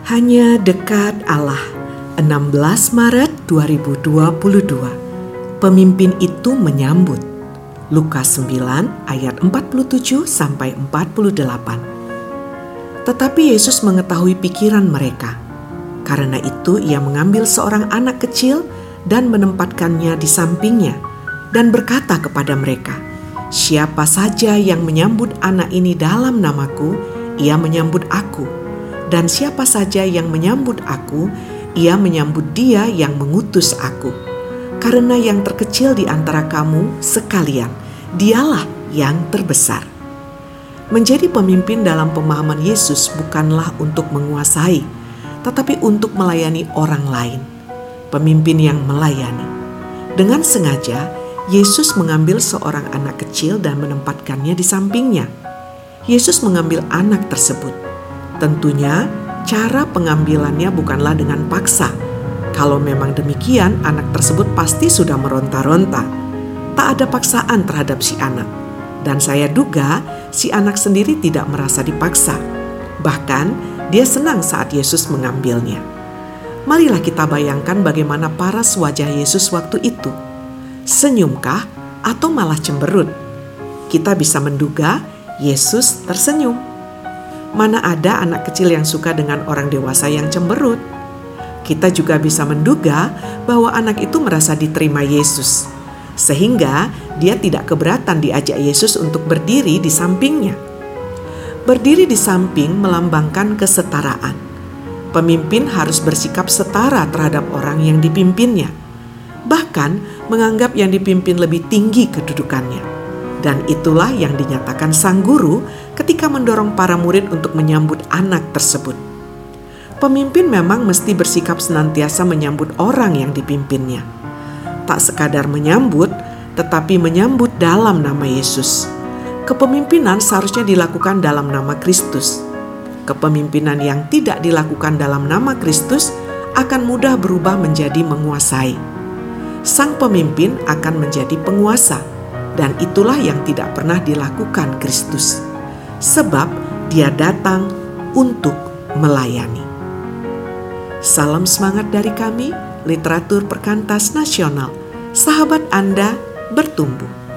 Hanya dekat Allah. 16 Maret 2022. Pemimpin itu menyambut. Lukas 9 ayat 47 sampai 48. Tetapi Yesus mengetahui pikiran mereka. Karena itu ia mengambil seorang anak kecil dan menempatkannya di sampingnya dan berkata kepada mereka, "Siapa saja yang menyambut anak ini dalam namaku, ia menyambut aku. Dan siapa saja yang menyambut aku, ia menyambut Dia yang mengutus aku. Karena yang terkecil di antara kamu sekalian, dialah yang terbesar." Menjadi pemimpin dalam pemahaman Yesus bukanlah untuk menguasai, tetapi untuk melayani orang lain. Pemimpin yang melayani. Dengan sengaja, Yesus mengambil seorang anak kecil dan menempatkannya di sampingnya. Yesus mengambil anak tersebut. Tentunya, cara pengambilannya bukanlah dengan paksa. Kalau memang demikian, anak tersebut pasti sudah meronta-ronta. Tak ada paksaan terhadap si anak. Dan saya duga si anak sendiri tidak merasa dipaksa. Bahkan, dia senang saat Yesus mengambilnya. Marilah kita bayangkan bagaimana paras wajah Yesus waktu itu. Senyumkah atau malah cemberut? Kita bisa menduga Yesus tersenyum. Mana ada anak kecil yang suka dengan orang dewasa yang cemberut? Kita juga bisa menduga bahwa anak itu merasa diterima Yesus, sehingga dia tidak keberatan diajak Yesus untuk berdiri di sampingnya. Berdiri di samping melambangkan kesetaraan. Pemimpin harus bersikap setara terhadap orang yang dipimpinnya, bahkan menganggap yang dipimpin lebih tinggi kedudukannya. Dan itulah yang dinyatakan sang guru ketika mendorong para murid untuk menyambut anak tersebut. Pemimpin memang mesti bersikap senantiasa menyambut orang yang dipimpinnya. Tak sekadar menyambut, tetapi menyambut dalam nama Yesus. Kepemimpinan seharusnya dilakukan dalam nama Kristus. Kepemimpinan yang tidak dilakukan dalam nama Kristus akan mudah berubah menjadi menguasai. Sang pemimpin akan menjadi penguasa. Dan itulah yang tidak pernah dilakukan Kristus. Sebab Dia datang untuk melayani. Salam semangat dari kami, Literatur Perkantas Nasional. Sahabat Anda bertumbuh.